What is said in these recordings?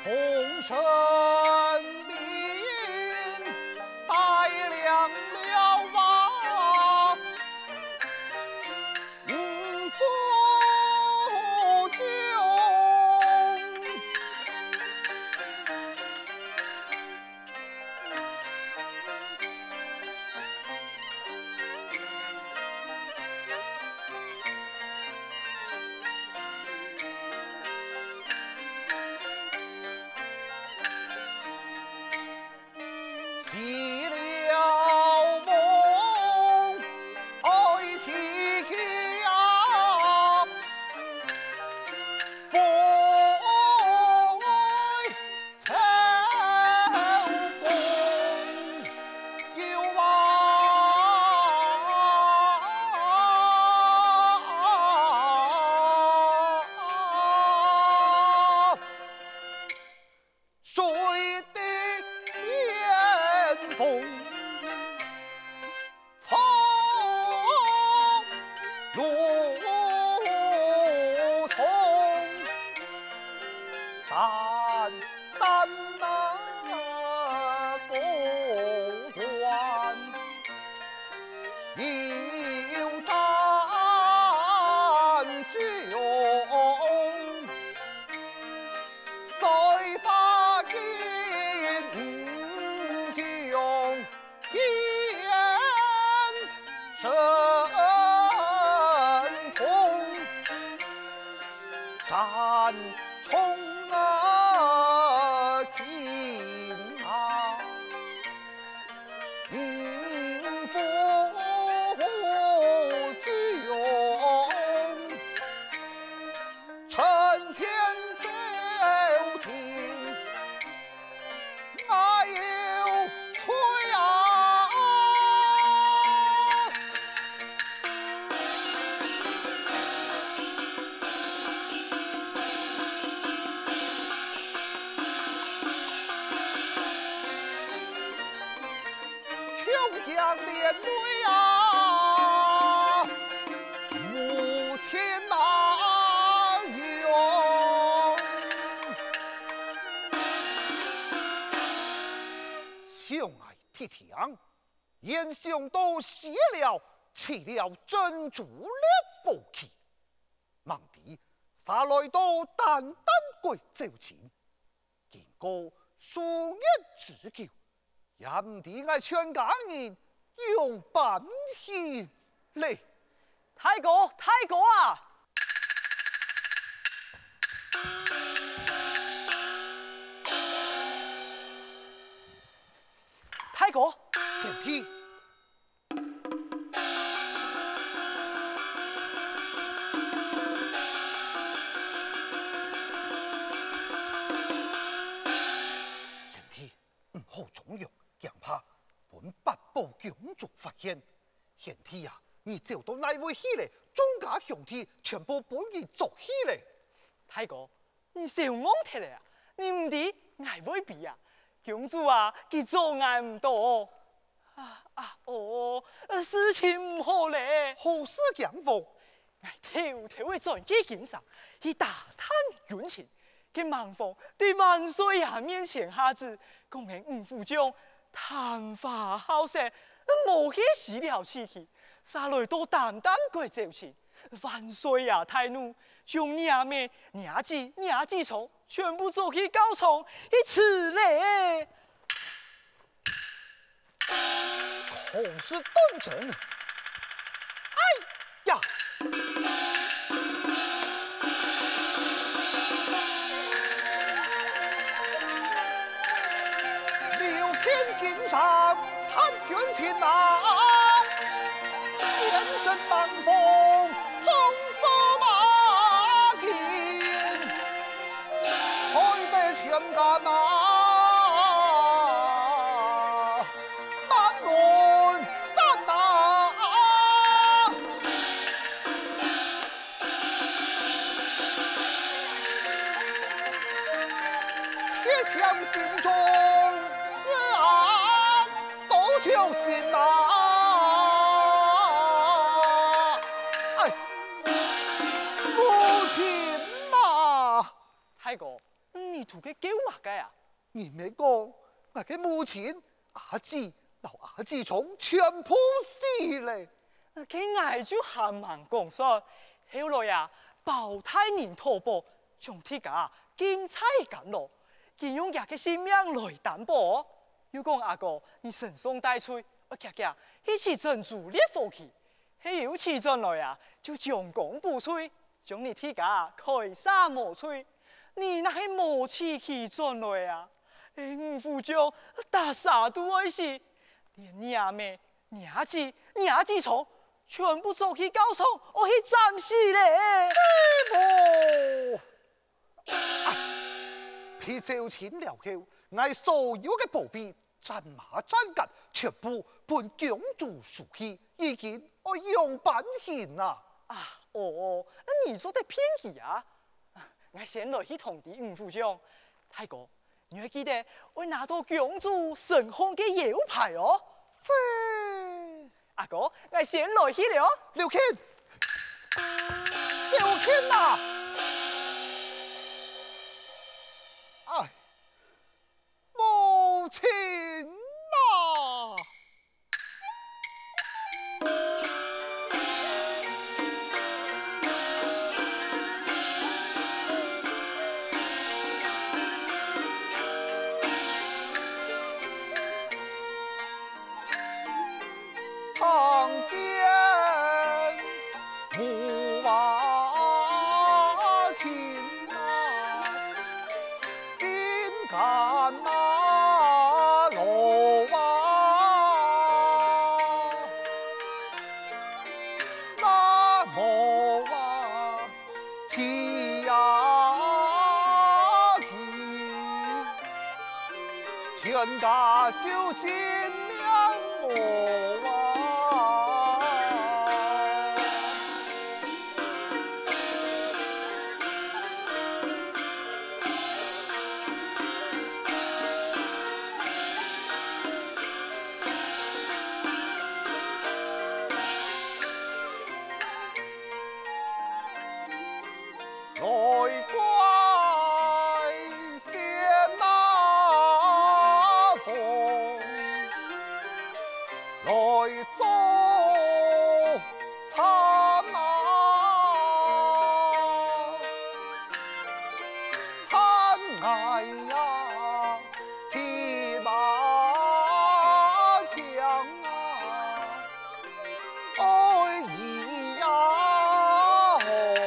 丰盛民带亮了啊，五福酒。起了梦，爱情啊，风成功有啊，谁的先锋？从路从，淡淡那公关，有战军，再发金将天神通，战冲天啊，五福酒，陈前奏琴，哪有吹啊？琼阳连队啊，目前哪有？相爱铁枪，燕兄都谢了，弃了珍珠的福气，望地杀来到单单归走前，见过数日之久，也唔知我全家人用半天嘞。 太哥，太哥啊！太哥， 电梯，电梯唔好中用，恐怕本八部公主发现。电梯呀，你走到哪位去嘞？庄家兄弟全部本人做起嘞。 太哥，你笑我睇嚟啊？你唔知挨威比啊？公主啊，佢做挨唔到。事情唔好咧。 何事强风？ 挨偷偷嘅在基景上，去打探冤情。嘅盲房喺万岁爷面前下旨，讲明五府将贪花好色，无去死了气气，杀来都淡淡过走钱。万岁爷太怒，将娘妹、娘子、娘子虫全部做去高床去吃嘞。 孔是断正。哎呀！六天经上探冤情啊，天神盲风中驸马金，害得全家啊！枪心中思案，都就是那哎母亲呐！ 太哥， 你图嘅叫嘛嘅啊？ 你咪讲，我嘅母亲、阿姊、老阿姊从全部死嘞。 佢挨住咸蛮讲说，后来呀，包太人徒步将铁架建菜赶路，佢用人嘅性命来担保。又讲阿哥，你神松带吹，我夹夹一起珍珠烈火器，佢有起阵来啊，就将功补炊，将你铁架开沙磨炊。你那係無此其進來啊！吳副將打啥都愛死，連娘妹、娘子、娘子蟲全部做去高床，我去斬死咧！ 皮少錢了後，我所有嘅寶貝、戰馬、戰甲，全部本公主輸去，已經我用版獻啦！ 你做得偏激啊！我先來去通知吳副將，大哥，你還記得我拿到公主神紅嘅腰牌哦？ 是。 阿哥，我先來去了。 劉謙，劉謙啊！哎，母親啊！长天木瓦青啊，金杆啊罗啊，那么啊起呀起，全家就心两我啊。来怪仙那风，来做参啊，看爱呀，提马枪啊，爱意呀。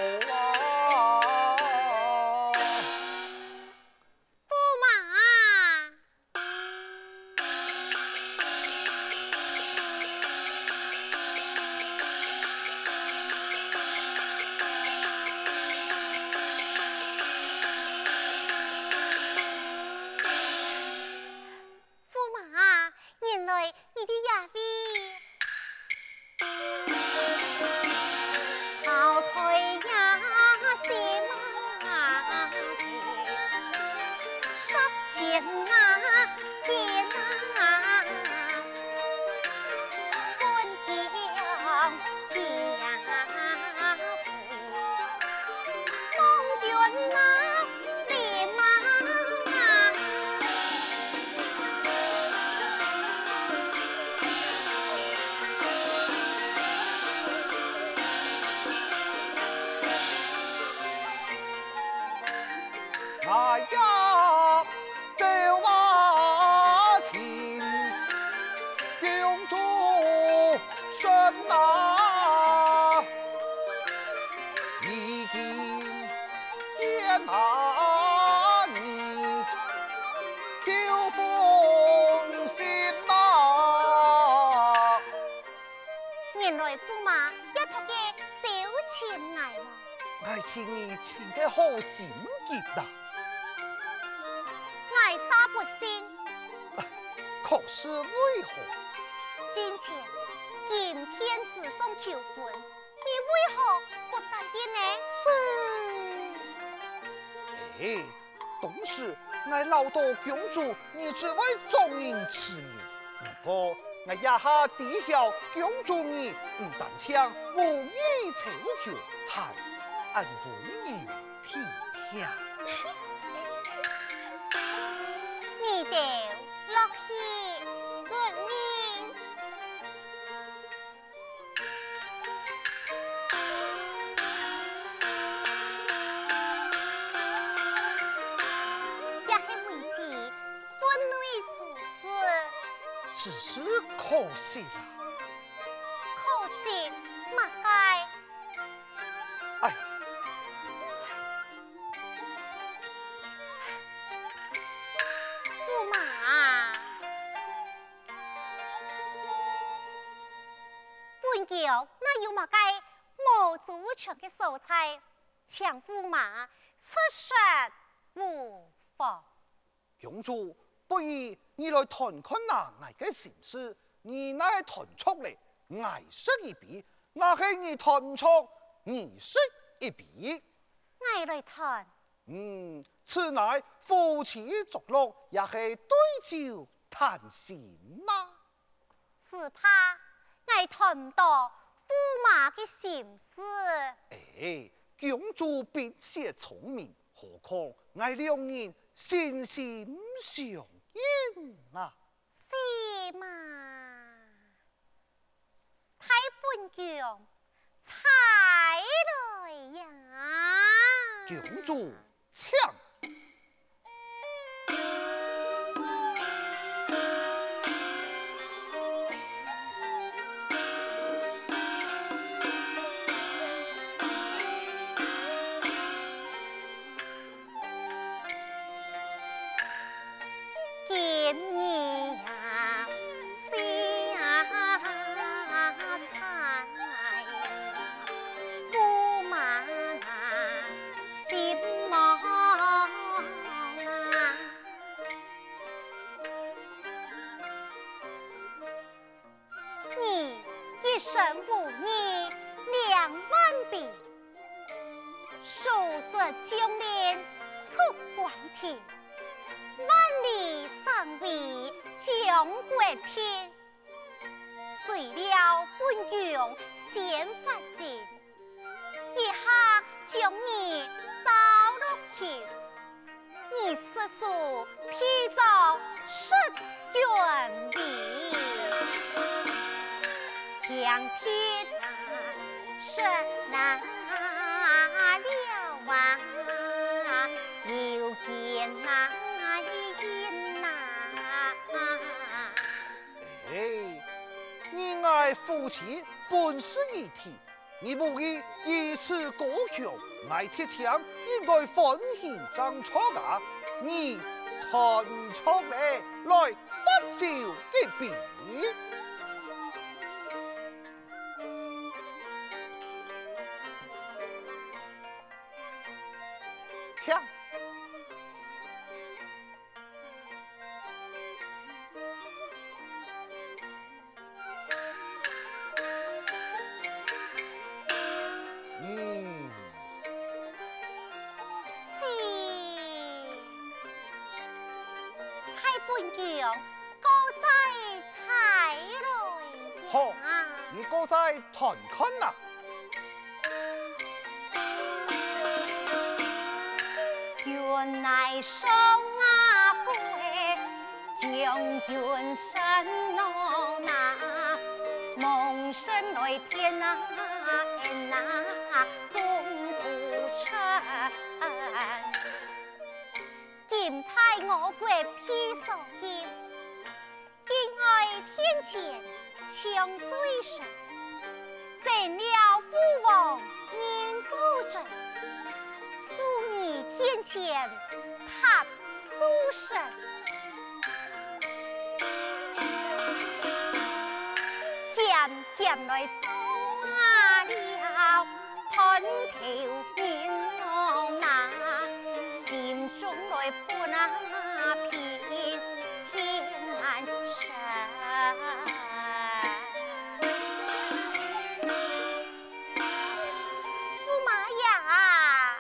哎呀，走啊亲，公主身啊，已经见啊你，就奉心呐。 原来驸马一托嘅小钱嚟喎。 爱情你情嘅好心急呐。 爱沙不先， 可是为何？ 先前见天子送求婚，你为何不答应呢？ 哎，当时我老多公主，你只为众人痴迷。不过我一下低调公主你，唔但抢无意求求，还按容易体贴。 只是可惜了。 可惜嘛该。 哎， 驸马，本桥那有嘛该无足长的蔬菜，请驸马出食无妨。 公主，不如你来谈看那爱的心事，你那谈出来，爱说一笔，我是你谈不出，你说一笔。 我来谈。 此乃夫妻作乐，也是对酒谈心吗？ 只怕我谈不到驸马的心思。 哎，公主并且聪明，何况我两人心心相印啊！ 是嘛？太本强才来呀！ 公主请。 身无义2万币，手着江连出关天，万里尚为江国天。谁料本将先发进，一下将你扫落去。你此书披着10元币。两天是哪了啊？又见哪一呐？ 哎，你爱夫妻本是一体，你无意以此过桥，爱铁枪应该分献张错啊！你弹出来发招一笔。枪。 太本强高在才来。 好，你哥在弹看呐。 原来双啊会将军神诺那梦神来天啊天啊总不成。今采我国披上金，敬爱天前强追神，见了父王念祖阵。苏你天前踏苏神，甜来走了，喷头面浪那，心中来不那平平安神。驸马呀！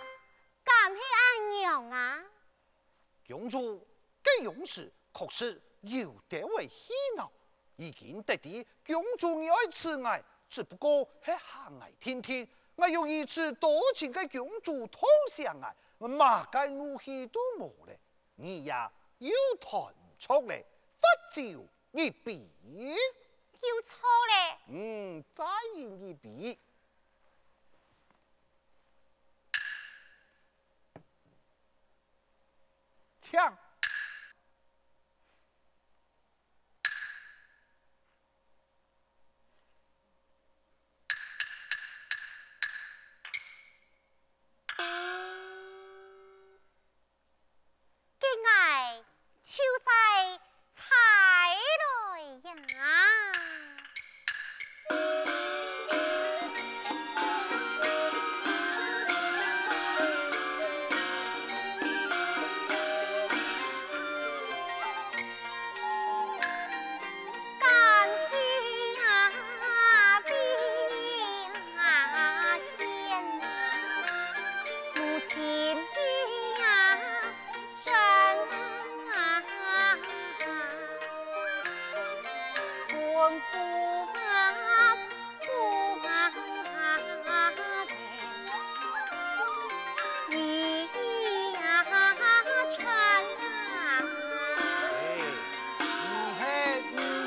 公主，这勇士确实有点为嬉闹，已经得知公主爱慈爱，只不过是狭隘天天。我要以此多情的公主同相爱，马该怒气都没了。你呀，又弹出来，发招一笔。 又错嘞。 再演一笔。枪。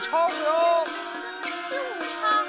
唱了。 用唱。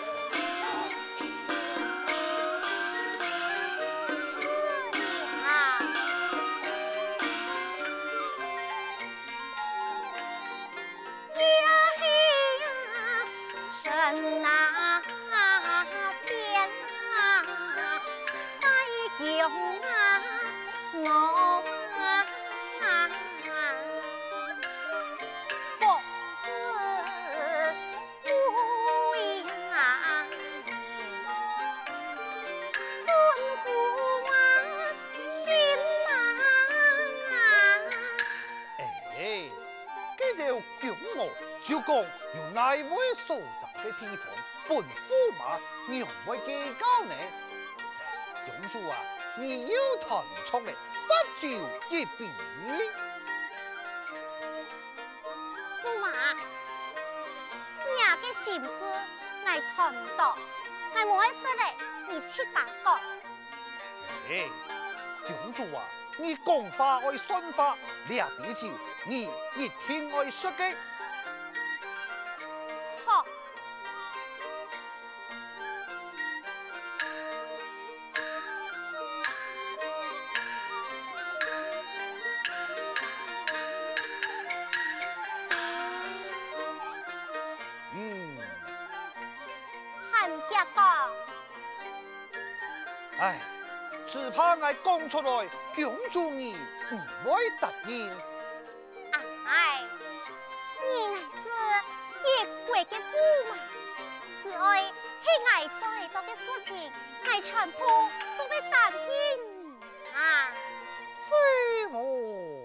就讲有哪位所在的地方，本驸马让位计较呢？公主啊，你有弹唱的，不就一比？ 驸马，你的心思我看唔到，我冇爱说嘞，你去打讲。 哎，公主啊，你讲话爱算话，俩比较你一听爱说的。 好。韩家讲， 哎，只怕我讲出来，公主你唔会答应。 哎，你乃是一国的驸马，只爱去爱做多的事情，爱全部做为答应啊！ 是么？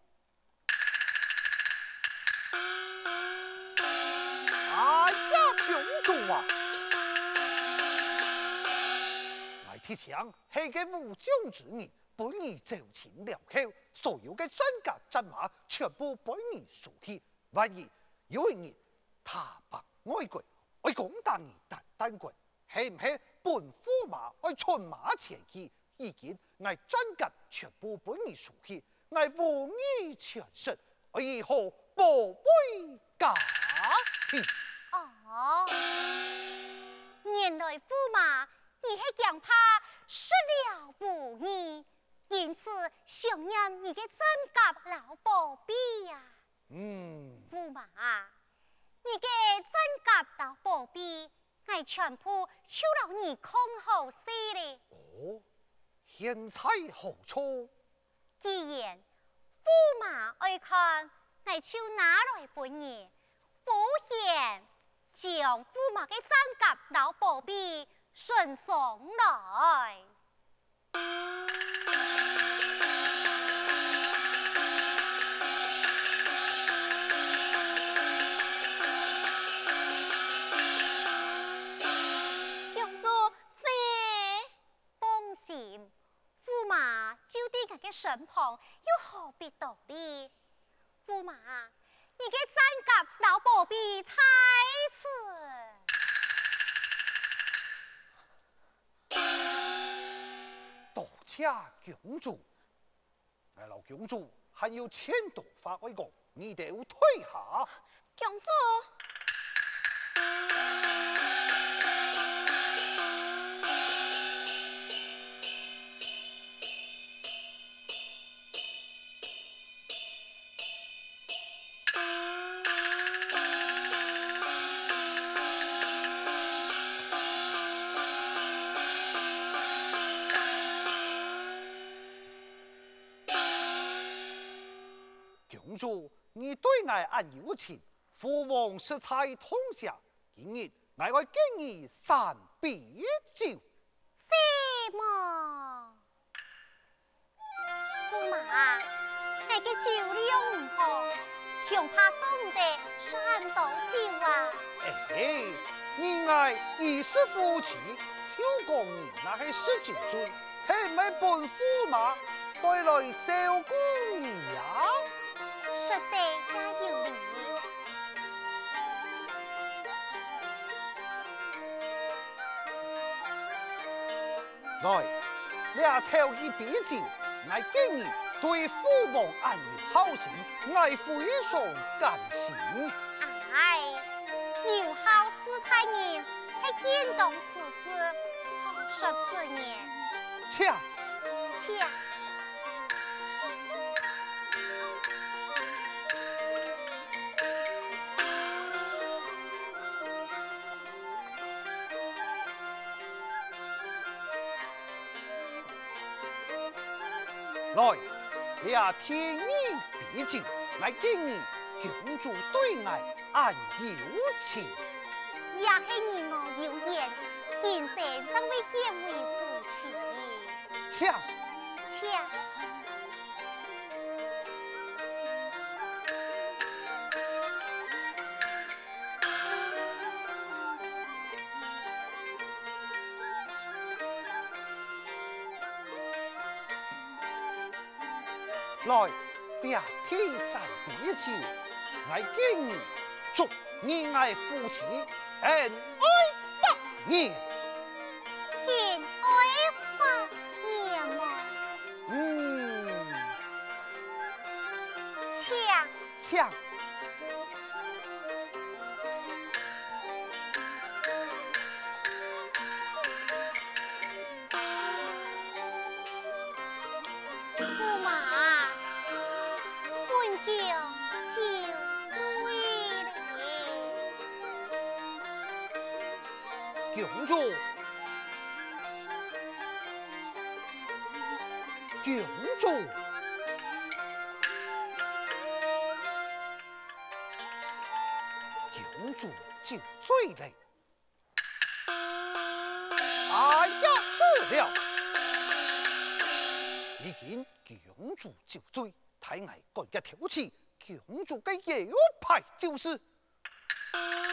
哎呀，公主啊！来提枪，系个武将之人，本已走前了口，所有的专家战马全部被你输去。万一有一日他白爱国，爱攻打你单国，系唔系本驸马爱出马前去？已经我专家全部被你输去，我无义全失，我以后保卫家庭。 哦，原来驸马你是强怕失了无义，因此想念你的战甲老宝贝呀。驸马，你的战甲老宝贝，我全部收了你空后事哩。 哦，现在何处？ 既然驸马爱看，我就拿来本你，不嫌将驸马的战甲老宝贝顺上来。 公主，这放心，驸马就在我的身旁，又何必道理？驸马，你的战甲老宝贝在此。 多谢公主，老公主还有千多话要讲，你得退下。 公主。 公主，你对我暗有情，父王实在痛下，今日我要给你3杯酒。 什么？驸马，你的酒量唔好，恐怕中的山倒酒啊！ 哎，你爱已是夫妻，听讲你那是19岁，係咪本驸马带来照顾你呀？ 说的也有理。 来，俩头一杯酒，我给你对父王暗有好心，我非常感谢。 来，有好事太人还见动此事，说此言， 抢且来，俩天意必尽，来敬你共主对爱安有情。 也是你我有言，今生将会结为夫妻。 抢且来，俩天山必尽，来敬你祝你爱夫妻恩爱百年。 天爱百年么？且抢驸马，本就9岁了。 共主，共主，共主就醉了。哎呀，死了！已经共主就醉，太爱干嘅挑刺，共主嘅腰牌就是。